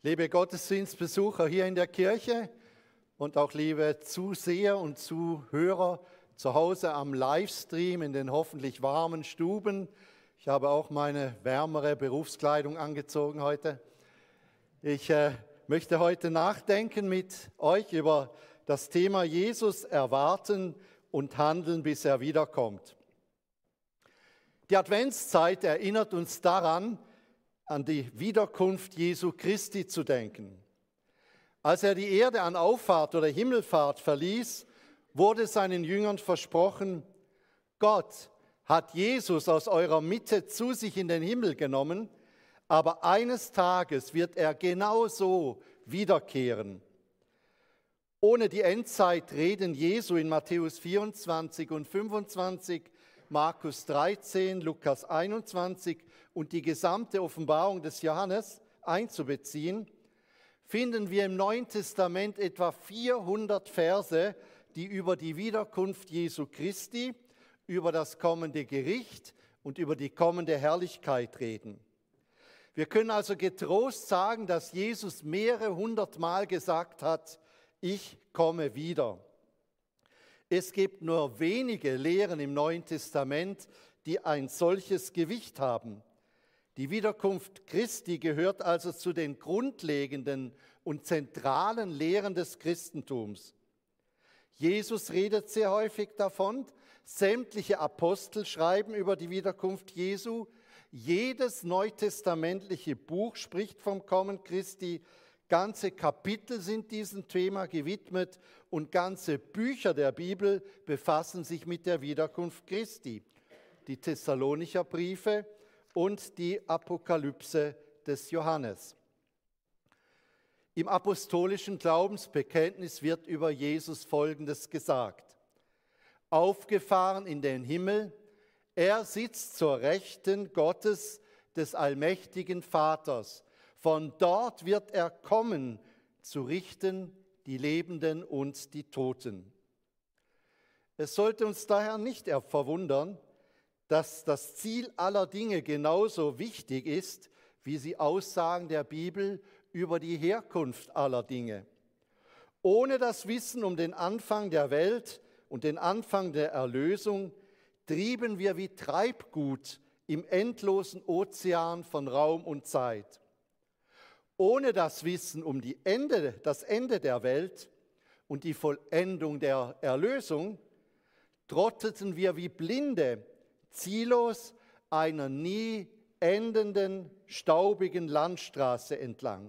Liebe Gottesdienstbesucher hier in der Kirche und auch liebe Zuseher und Zuhörer zu Hause am Livestream in den hoffentlich warmen Stuben. Ich habe auch meine wärmere Berufskleidung angezogen heute. Ich möchte heute nachdenken mit euch über das Thema Jesus erwarten und handeln, bis er wiederkommt. Die Adventszeit erinnert uns daran, an die Wiederkunft Jesu Christi zu denken. Als er die Erde an Auffahrt oder Himmelfahrt verließ, wurde seinen Jüngern versprochen: Gott hat Jesus aus eurer Mitte zu sich in den Himmel genommen, aber eines Tages wird er genauso wiederkehren. Ohne die Endzeitreden Jesu in Matthäus 24 und 25, Markus 13, Lukas 21 und die gesamte Offenbarung des Johannes einzubeziehen, finden wir im Neuen Testament etwa 400 Verse, die über die Wiederkunft Jesu Christi, über das kommende Gericht und über die kommende Herrlichkeit reden. Wir können also getrost sagen, dass Jesus mehrere hundert Mal gesagt hat: Ich komme wieder. Es gibt nur wenige Lehren im Neuen Testament, die ein solches Gewicht haben. Die Wiederkunft Christi gehört also zu den grundlegenden und zentralen Lehren des Christentums. Jesus redet sehr häufig davon, sämtliche Apostel schreiben über die Wiederkunft Jesu, jedes neutestamentliche Buch spricht vom Kommen Christi, ganze Kapitel sind diesem Thema gewidmet und ganze Bücher der Bibel befassen sich mit der Wiederkunft Christi. Die Thessalonicher Briefe und die Apokalypse des Johannes. Im apostolischen Glaubensbekenntnis wird über Jesus Folgendes gesagt: Aufgefahren in den Himmel, er sitzt zur Rechten Gottes, des allmächtigen Vaters. Von dort wird er kommen, zu richten die Lebenden und die Toten. Es sollte uns daher nicht verwundern, dass das Ziel aller Dinge genauso wichtig ist, wie die Aussagen der Bibel über die Herkunft aller Dinge. Ohne das Wissen um den Anfang der Welt und den Anfang der Erlösung trieben wir wie Treibgut im endlosen Ozean von Raum und Zeit. Ohne das Wissen um das Ende der Welt und die Vollendung der Erlösung trotteten wir wie Blinde ziellos einer nie endenden, staubigen Landstraße entlang.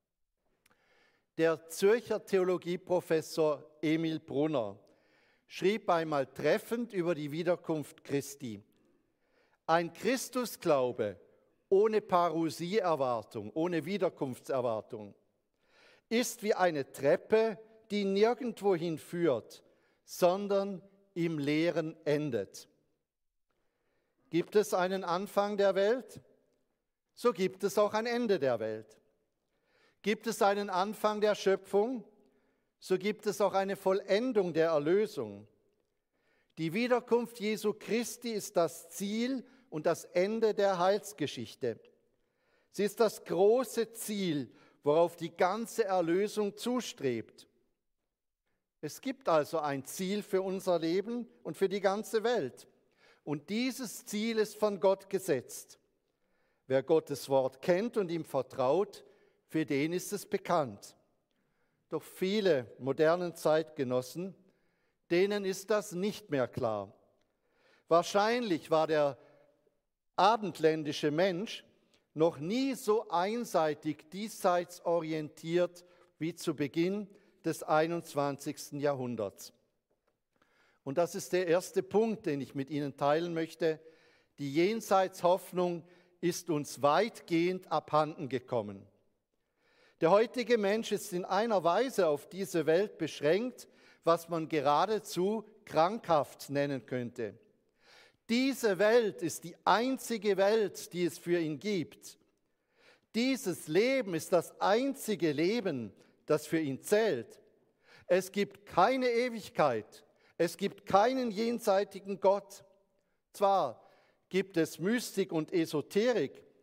Der Zürcher Theologieprofessor Emil Brunner schrieb einmal treffend über die Wiederkunft Christi: Ein Christusglaube ohne Parusieerwartung, ohne Wiederkunftserwartung, ist wie eine Treppe, die nirgendwohin führt, sondern im Leeren endet. Gibt es einen Anfang der Welt? So gibt es auch ein Ende der Welt. Gibt es einen Anfang der Schöpfung? So gibt es auch eine Vollendung der Erlösung. Die Wiederkunft Jesu Christi ist das Ziel und das Ende der Heilsgeschichte. Sie ist das große Ziel, worauf die ganze Erlösung zustrebt. Es gibt also ein Ziel für unser Leben und für die ganze Welt. Und dieses Ziel ist von Gott gesetzt. Wer Gottes Wort kennt und ihm vertraut, für den ist es bekannt. Doch viele modernen Zeitgenossen, denen ist das nicht mehr klar. Wahrscheinlich war der abendländische Mensch noch nie so einseitig diesseits orientiert wie zu Beginn des 21. Jahrhunderts. Und das ist der erste Punkt, den ich mit Ihnen teilen möchte. Die Jenseitshoffnung ist uns weitgehend abhanden gekommen. Der heutige Mensch ist in einer Weise auf diese Welt beschränkt, was man geradezu krankhaft nennen könnte. Diese Welt ist die einzige Welt, die es für ihn gibt. Dieses Leben ist das einzige Leben, das für ihn zählt. Es gibt keine Ewigkeit. Es gibt keinen jenseitigen Gott. Zwar gibt es Mystik und Esoterik,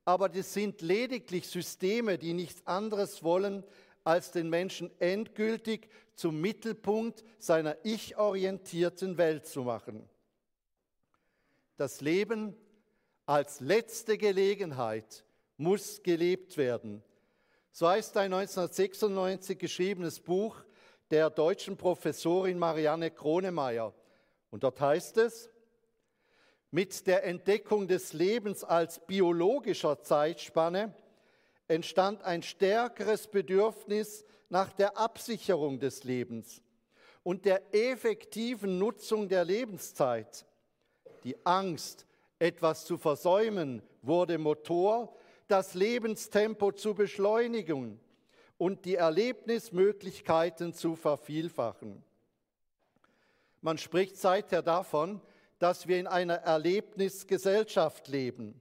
aber das sind lediglich Systeme, die nichts anderes wollen, als den Menschen endgültig zum Mittelpunkt seiner ich-orientierten Welt zu machen. Das Leben als letzte Gelegenheit muss gelebt werden. So heißt ein 1996 geschriebenes Buch der deutschen Professorin Marianne Kronemeyer. Und dort heißt es: Mit der Entdeckung des Lebens als biologischer Zeitspanne entstand ein stärkeres Bedürfnis nach der Absicherung des Lebens und der effektiven Nutzung der Lebenszeit. Die Angst, etwas zu versäumen, wurde Motor, das Lebenstempo zu beschleunigen und die Erlebnismöglichkeiten zu vervielfachen. Man spricht seither davon, dass wir in einer Erlebnisgesellschaft leben.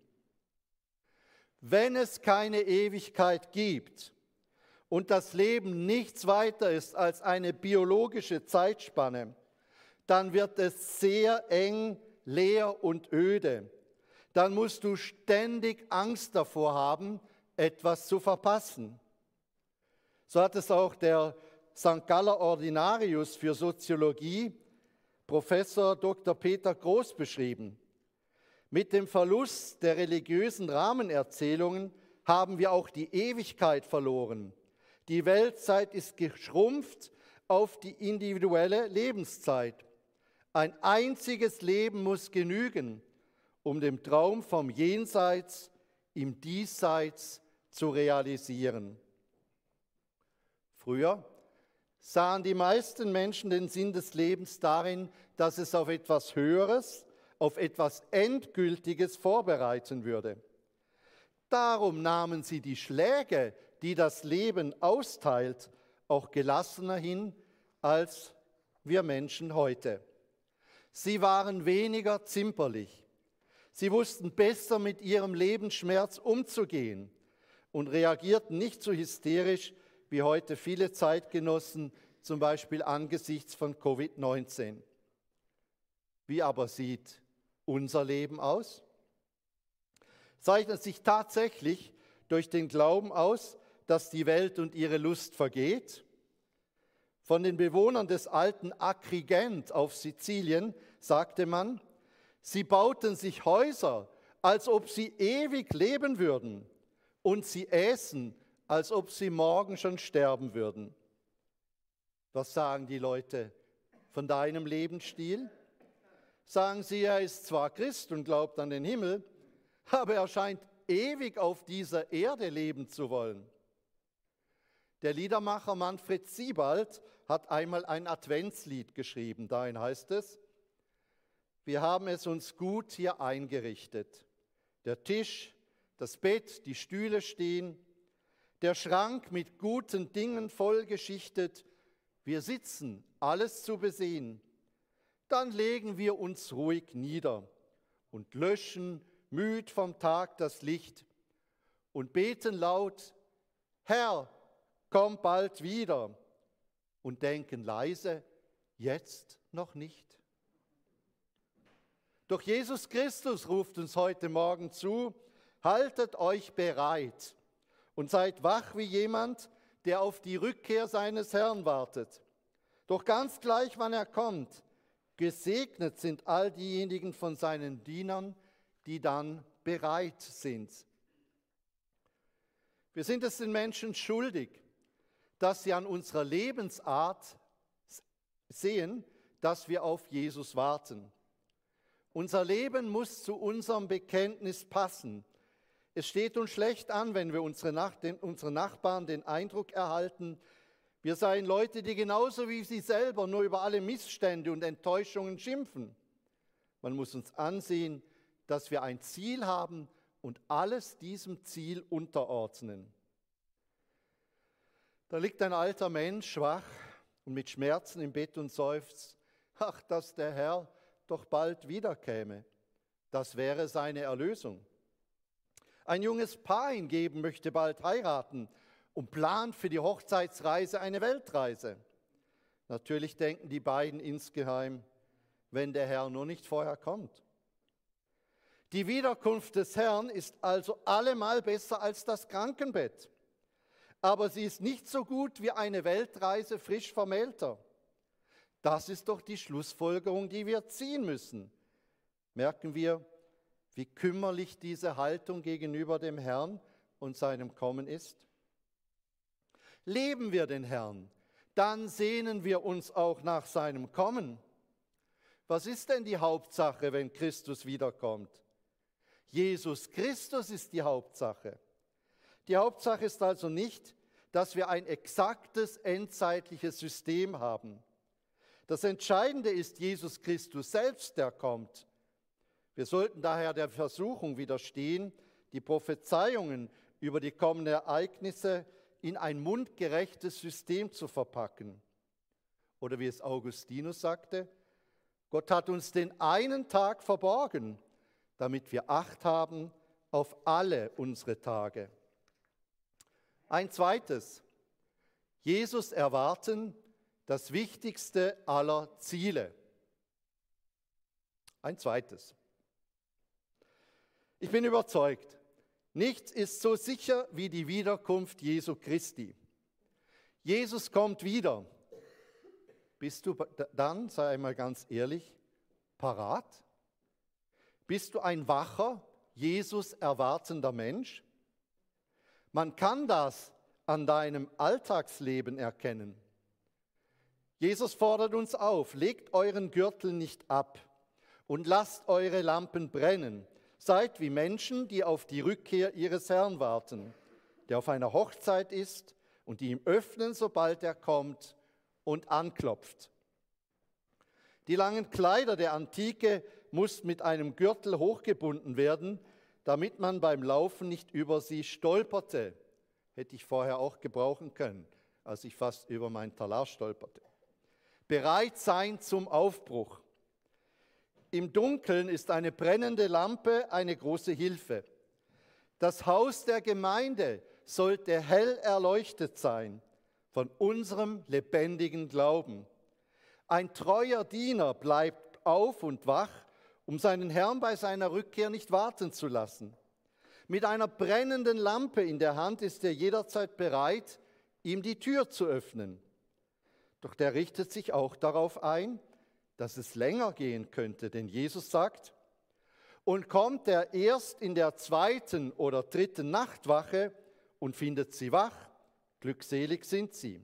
Wenn es keine Ewigkeit gibt und das Leben nichts weiter ist als eine biologische Zeitspanne, dann wird es sehr eng, leer und öde. Dann musst du ständig Angst davor haben, etwas zu verpassen. So hat es auch der St. Galler Ordinarius für Soziologie, Professor Dr. Peter Groß, beschrieben. Mit dem Verlust der religiösen Rahmenerzählungen haben wir auch die Ewigkeit verloren. Die Weltzeit ist geschrumpft auf die individuelle Lebenszeit. Ein einziges Leben muss genügen, um den Traum vom Jenseits im Diesseits zu realisieren. Früher sahen die meisten Menschen den Sinn des Lebens darin, dass es auf etwas Höheres, auf etwas Endgültiges vorbereiten würde. Darum nahmen sie die Schläge, die das Leben austeilt, auch gelassener hin als wir Menschen heute. Sie waren weniger zimperlich. Sie wussten besser mit ihrem Lebensschmerz umzugehen und reagierten nicht so hysterisch wie heute viele Zeitgenossen, zum Beispiel angesichts von Covid-19. Wie aber sieht unser Leben aus? Zeichnet sich tatsächlich durch den Glauben aus, dass die Welt und ihre Lust vergeht? Von den Bewohnern des alten Agrigent auf Sizilien sagte man, sie bauten sich Häuser, als ob sie ewig leben würden, und sie äßen, als ob sie morgen schon sterben würden. Was sagen die Leute von deinem Lebensstil? Sagen sie, er ist zwar Christ und glaubt an den Himmel, aber er scheint ewig auf dieser Erde leben zu wollen. Der Liedermacher Manfred Siebald hat einmal ein Adventslied geschrieben. Darin heißt es: Wir haben es uns gut hier eingerichtet. Der Tisch, das Bett, die Stühle stehen, der Schrank mit guten Dingen vollgeschichtet. Wir sitzen, alles zu besehen. Dann legen wir uns ruhig nieder und löschen müd vom Tag das Licht und beten laut: Herr, komm bald wieder, und denken leise: jetzt noch nicht. Doch Jesus Christus ruft uns heute Morgen zu: Haltet euch bereit und seid wach wie jemand, der auf die Rückkehr seines Herrn wartet. Doch ganz gleich, wann er kommt, gesegnet sind all diejenigen von seinen Dienern, die dann bereit sind. Wir sind es den Menschen schuldig, dass sie an unserer Lebensart sehen, dass wir auf Jesus warten. Unser Leben muss zu unserem Bekenntnis passen. Es steht uns schlecht an, wenn wir unsere Nachbarn den Eindruck erhalten, wir seien Leute, die genauso wie sie selber nur über alle Missstände und Enttäuschungen schimpfen. Man muss uns ansehen, dass wir ein Ziel haben und alles diesem Ziel unterordnen. Da liegt ein alter Mensch, schwach und mit Schmerzen im Bett und seufzt: Ach, dass der Herr doch bald wiederkäme. Das wäre seine Erlösung. Ein junges Paar hingegen möchte bald heiraten und plant für die Hochzeitsreise eine Weltreise. Natürlich denken die beiden insgeheim: Wenn der Herr nur nicht vorher kommt. Die Wiederkunft des Herrn ist also allemal besser als das Krankenbett. Aber sie ist nicht so gut wie eine Weltreise frisch Vermählter. Das ist doch die Schlussfolgerung, die wir ziehen müssen. Merken wir, wie kümmerlich diese Haltung gegenüber dem Herrn und seinem Kommen ist? Leben wir den Herrn, dann sehnen wir uns auch nach seinem Kommen. Was ist denn die Hauptsache, wenn Christus wiederkommt? Jesus Christus ist die Hauptsache. Die Hauptsache ist also nicht, dass wir ein exaktes endzeitliches System haben. Das Entscheidende ist Jesus Christus selbst, der kommt. Wir sollten daher der Versuchung widerstehen, die Prophezeiungen über die kommenden Ereignisse in ein mundgerechtes System zu verpacken. Oder wie es Augustinus sagte, Gott hat uns den einen Tag verborgen, damit wir Acht haben auf alle unsere Tage. Ein zweites, Jesus erwarten, das wichtigste aller Ziele. Ein zweites. Ich bin überzeugt, nichts ist so sicher wie die Wiederkunft Jesu Christi. Jesus kommt wieder. Bist du dann, sei einmal ganz ehrlich, parat? Bist du ein wacher, Jesus erwartender Mensch? Man kann das an deinem Alltagsleben erkennen. Jesus fordert uns auf, legt euren Gürtel nicht ab und lasst eure Lampen brennen. Seid wie Menschen, die auf die Rückkehr ihres Herrn warten, der auf einer Hochzeit ist und die ihm öffnen, sobald er kommt und anklopft. Die langen Kleider der Antike mussten mit einem Gürtel hochgebunden werden, damit man beim Laufen nicht über sie stolperte. Hätte ich vorher auch gebrauchen können, als ich fast über meinen Talar stolperte. Bereit sein zum Aufbruch. Im Dunkeln ist eine brennende Lampe eine große Hilfe. Das Haus der Gemeinde sollte hell erleuchtet sein von unserem lebendigen Glauben. Ein treuer Diener bleibt auf und wach, um seinen Herrn bei seiner Rückkehr nicht warten zu lassen. Mit einer brennenden Lampe in der Hand ist er jederzeit bereit, ihm die Tür zu öffnen. Doch der richtet sich auch darauf ein, dass es länger gehen könnte, denn Jesus sagt, und kommt er erst in der 2. oder 3. Nachtwache und findet sie wach, glückselig sind sie.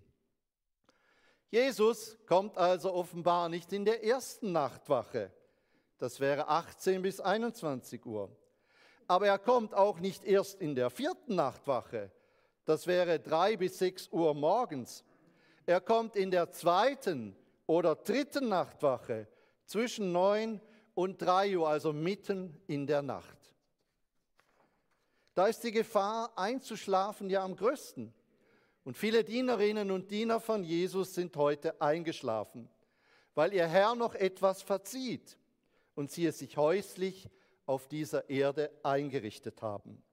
Jesus kommt also offenbar nicht in der 1. Nachtwache, das wäre 18 bis 21 Uhr. Aber er kommt auch nicht erst in der 4. Nachtwache, das wäre 3 bis 6 Uhr morgens. Er kommt in der 2. oder 3. Nachtwache zwischen 9 und 3 Uhr, also mitten in der Nacht. Da ist die Gefahr, einzuschlafen, ja am größten. Und viele Dienerinnen und Diener von Jesus sind heute eingeschlafen, weil ihr Herr noch etwas verzieht und sie es sich häuslich auf dieser Erde eingerichtet haben.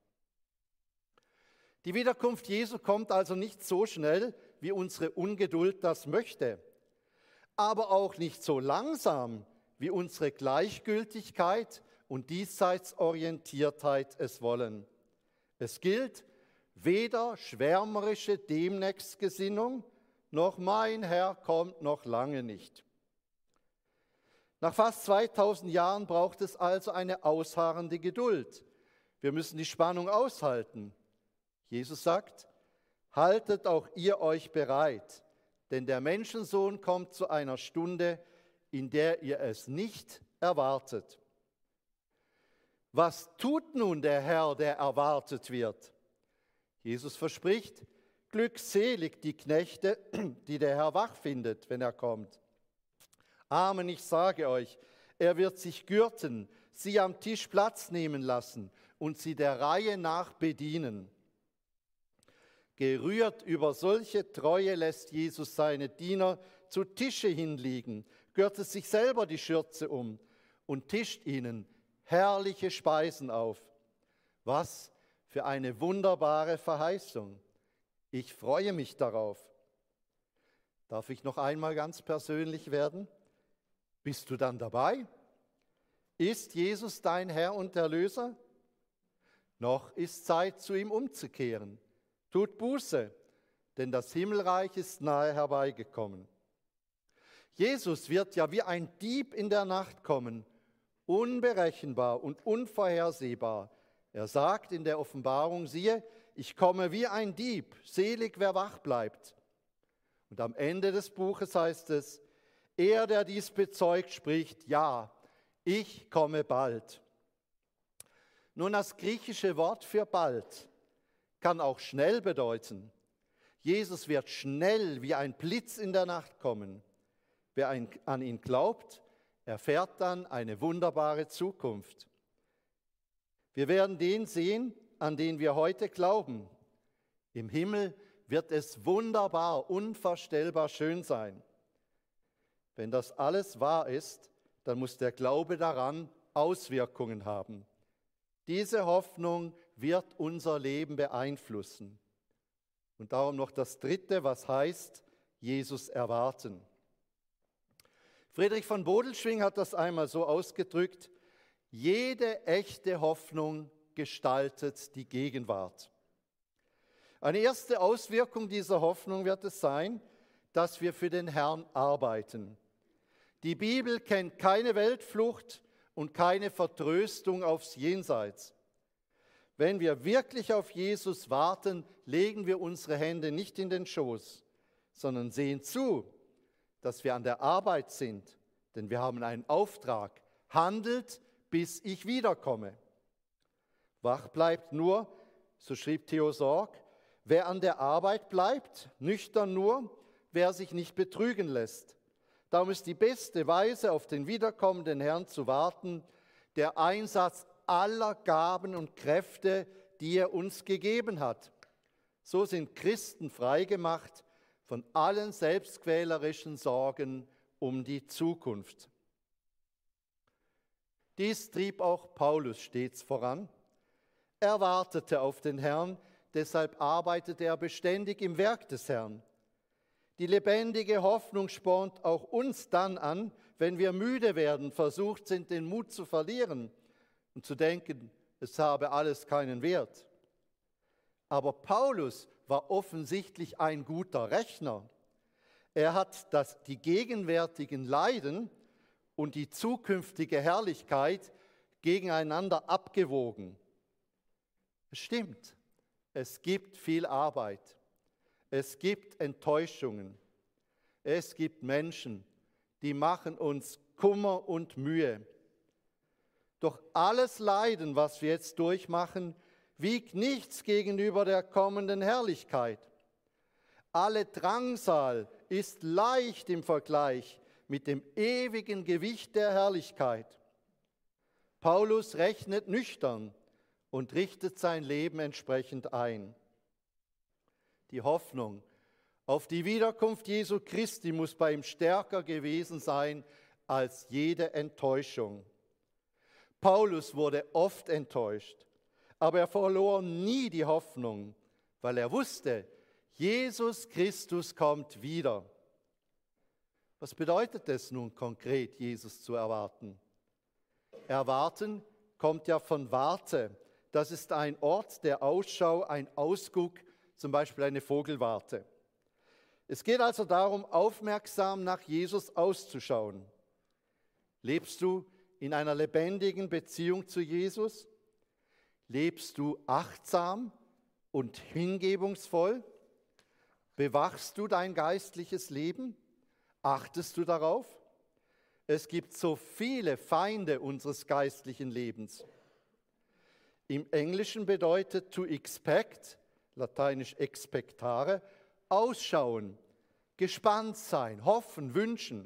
Die Wiederkunft Jesu kommt also nicht so schnell, wie unsere Ungeduld das möchte, aber auch nicht so langsam, wie unsere Gleichgültigkeit und Diesseitsorientiertheit es wollen. Es gilt, weder schwärmerische Demnächstgesinnung, noch mein Herr kommt noch lange nicht. Nach fast 2000 Jahren braucht es also eine ausharrende Geduld. Wir müssen die Spannung aushalten. Jesus sagt, haltet auch ihr euch bereit, denn der Menschensohn kommt zu einer Stunde, in der ihr es nicht erwartet. Was tut nun der Herr, der erwartet wird? Jesus verspricht, glückselig die Knechte, die der Herr wach findet, wenn er kommt. Amen, ich sage euch, er wird sich gürten, sie am Tisch Platz nehmen lassen und sie der Reihe nach bedienen. Gerührt über solche Treue lässt Jesus seine Diener zu Tische hinliegen, gürtet sich selber die Schürze um und tischt ihnen herrliche Speisen auf. Was für eine wunderbare Verheißung. Ich freue mich darauf. Darf ich noch einmal ganz persönlich werden? Bist du dann dabei? Ist Jesus dein Herr und Erlöser? Noch ist Zeit, zu ihm umzukehren. Tut Buße, denn das Himmelreich ist nahe herbeigekommen. Jesus wird ja wie ein Dieb in der Nacht kommen, unberechenbar und unvorhersehbar. Er sagt in der Offenbarung, siehe, ich komme wie ein Dieb, selig wer wach bleibt. Und am Ende des Buches heißt es, er, der dies bezeugt, spricht, ja, ich komme bald. Nun, das griechische Wort für bald kann auch schnell bedeuten. Jesus wird schnell wie ein Blitz in der Nacht kommen. Wer an ihn glaubt, erfährt dann eine wunderbare Zukunft. Wir werden den sehen, an den wir heute glauben. Im Himmel wird es wunderbar, unvorstellbar schön sein. Wenn das alles wahr ist, dann muss der Glaube daran Auswirkungen haben. Diese Hoffnung wird unser Leben beeinflussen. Und darum noch das Dritte, was heißt, Jesus erwarten. Friedrich von Bodelschwingh hat das einmal so ausgedrückt, jede echte Hoffnung gestaltet die Gegenwart. Eine erste Auswirkung dieser Hoffnung wird es sein, dass wir für den Herrn arbeiten. Die Bibel kennt keine Weltflucht und keine Vertröstung aufs Jenseits. Wenn wir wirklich auf Jesus warten, legen wir unsere Hände nicht in den Schoß, sondern sehen zu, dass wir an der Arbeit sind, denn wir haben einen Auftrag. Handelt, bis ich wiederkomme. Wach bleibt nur, so schrieb Theo Sorg, wer an der Arbeit bleibt, nüchtern nur, wer sich nicht betrügen lässt. Darum ist die beste Weise, auf den wiederkommenden Herrn zu warten, der Einsatz aller Gaben und Kräfte, die er uns gegeben hat. So sind Christen freigemacht von allen selbstquälerischen Sorgen um die Zukunft. Dies trieb auch Paulus stets voran. Er wartete auf den Herrn, deshalb arbeitete er beständig im Werk des Herrn. Die lebendige Hoffnung spornt auch uns dann an, wenn wir müde werden, versucht sind, den Mut zu verlieren und zu denken, es habe alles keinen Wert. Aber Paulus war offensichtlich ein guter Rechner. Er hat die gegenwärtigen Leiden und die zukünftige Herrlichkeit gegeneinander abgewogen. Es stimmt, es gibt viel Arbeit. Es gibt Enttäuschungen. Es gibt Menschen, die machen uns Kummer und Mühe. Doch alles Leiden, was wir jetzt durchmachen, wiegt nichts gegenüber der kommenden Herrlichkeit. Alle Drangsal ist leicht im Vergleich mit dem ewigen Gewicht der Herrlichkeit. Paulus rechnet nüchtern und richtet sein Leben entsprechend ein. Die Hoffnung auf die Wiederkunft Jesu Christi muss bei ihm stärker gewesen sein als jede Enttäuschung. Paulus wurde oft enttäuscht, aber er verlor nie die Hoffnung, weil er wusste, Jesus Christus kommt wieder. Was bedeutet es nun konkret, Jesus zu erwarten? Erwarten kommt ja von Warte. Das ist ein Ort der Ausschau, ein Ausguck, zum Beispiel eine Vogelwarte. Es geht also darum, aufmerksam nach Jesus auszuschauen. Lebst du in einer lebendigen Beziehung zu Jesus? Lebst du achtsam und hingebungsvoll? Bewachst du dein geistliches Leben? Achtest du darauf? Es gibt so viele Feinde unseres geistlichen Lebens. Im Englischen bedeutet to expect, lateinisch expectare, ausschauen, gespannt sein, hoffen, wünschen.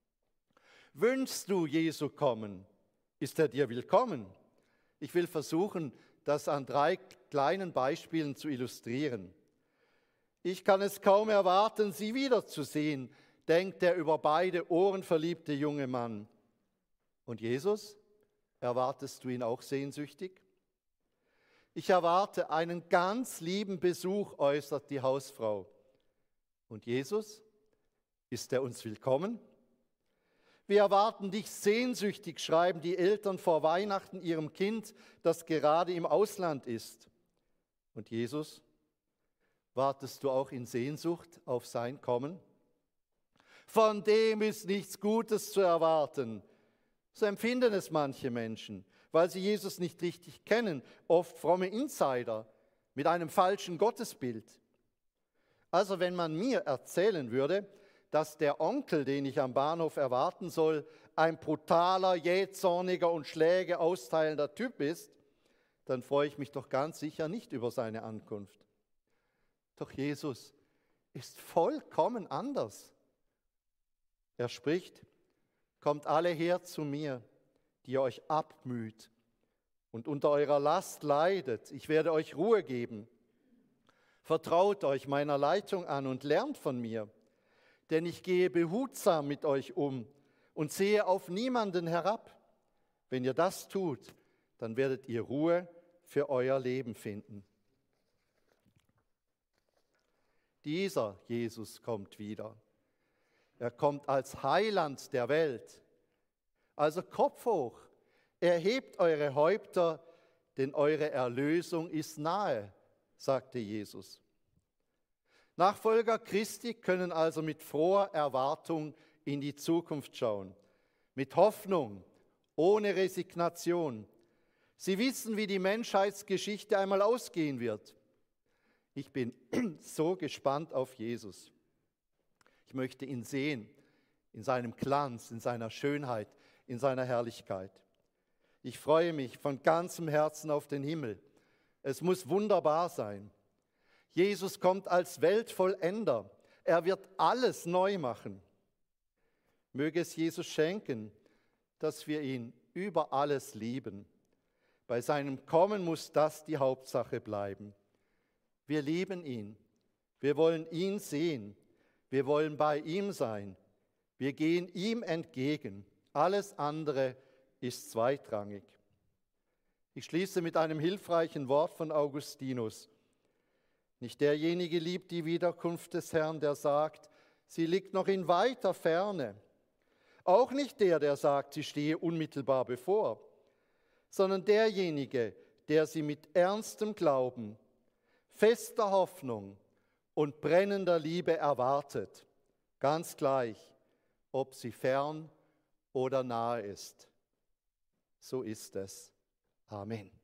Wünschst du Jesu kommen? Ist er dir willkommen? Ich will versuchen, das an 3 kleinen Beispielen zu illustrieren. Ich kann es kaum erwarten, Sie wiederzusehen, denkt der über beide Ohren verliebte junge Mann. Und Jesus? Erwartest du ihn auch sehnsüchtig? Ich erwarte einen ganz lieben Besuch, äußert die Hausfrau. Und Jesus? Ist er uns willkommen? Wir erwarten dich sehnsüchtig, schreiben die Eltern vor Weihnachten ihrem Kind, das gerade im Ausland ist. Und Jesus, wartest du auch in Sehnsucht auf sein Kommen? Von dem ist nichts Gutes zu erwarten. So empfinden es manche Menschen, weil sie Jesus nicht richtig kennen, oft fromme Insider mit einem falschen Gottesbild. Also wenn man mir erzählen würde, dass der Onkel, den ich am Bahnhof erwarten soll, ein brutaler, jähzorniger und Schläge austeilender Typ ist, dann freue ich mich doch ganz sicher nicht über seine Ankunft. Doch Jesus ist vollkommen anders. Er spricht: Kommt alle her zu mir, die ihr euch abmüht und unter eurer Last leidet. Ich werde euch Ruhe geben. Vertraut euch meiner Leitung an und lernt von mir. Denn ich gehe behutsam mit euch um und sehe auf niemanden herab. Wenn ihr das tut, dann werdet ihr Ruhe für euer Leben finden. Dieser Jesus kommt wieder. Er kommt als Heiland der Welt. Also Kopf hoch, erhebt eure Häupter, denn eure Erlösung ist nahe, sagte Jesus. Nachfolger Christi können also mit froher Erwartung in die Zukunft schauen, mit Hoffnung, ohne Resignation. Sie wissen, wie die Menschheitsgeschichte einmal ausgehen wird. Ich bin so gespannt auf Jesus. Ich möchte ihn sehen, in seinem Glanz, in seiner Schönheit, in seiner Herrlichkeit. Ich freue mich von ganzem Herzen auf den Himmel. Es muss wunderbar sein. Jesus kommt als Weltvollender. Er wird alles neu machen. Möge es Jesus schenken, dass wir ihn über alles lieben. Bei seinem Kommen muss das die Hauptsache bleiben. Wir lieben ihn. Wir wollen ihn sehen. Wir wollen bei ihm sein. Wir gehen ihm entgegen. Alles andere ist zweitrangig. Ich schließe mit einem hilfreichen Wort von Augustinus. Nicht derjenige liebt die Wiederkunft des Herrn, der sagt, sie liegt noch in weiter Ferne. Auch nicht der, der sagt, sie stehe unmittelbar bevor, sondern derjenige, der sie mit ernstem Glauben, fester Hoffnung und brennender Liebe erwartet, ganz gleich, ob sie fern oder nahe ist. So ist es. Amen.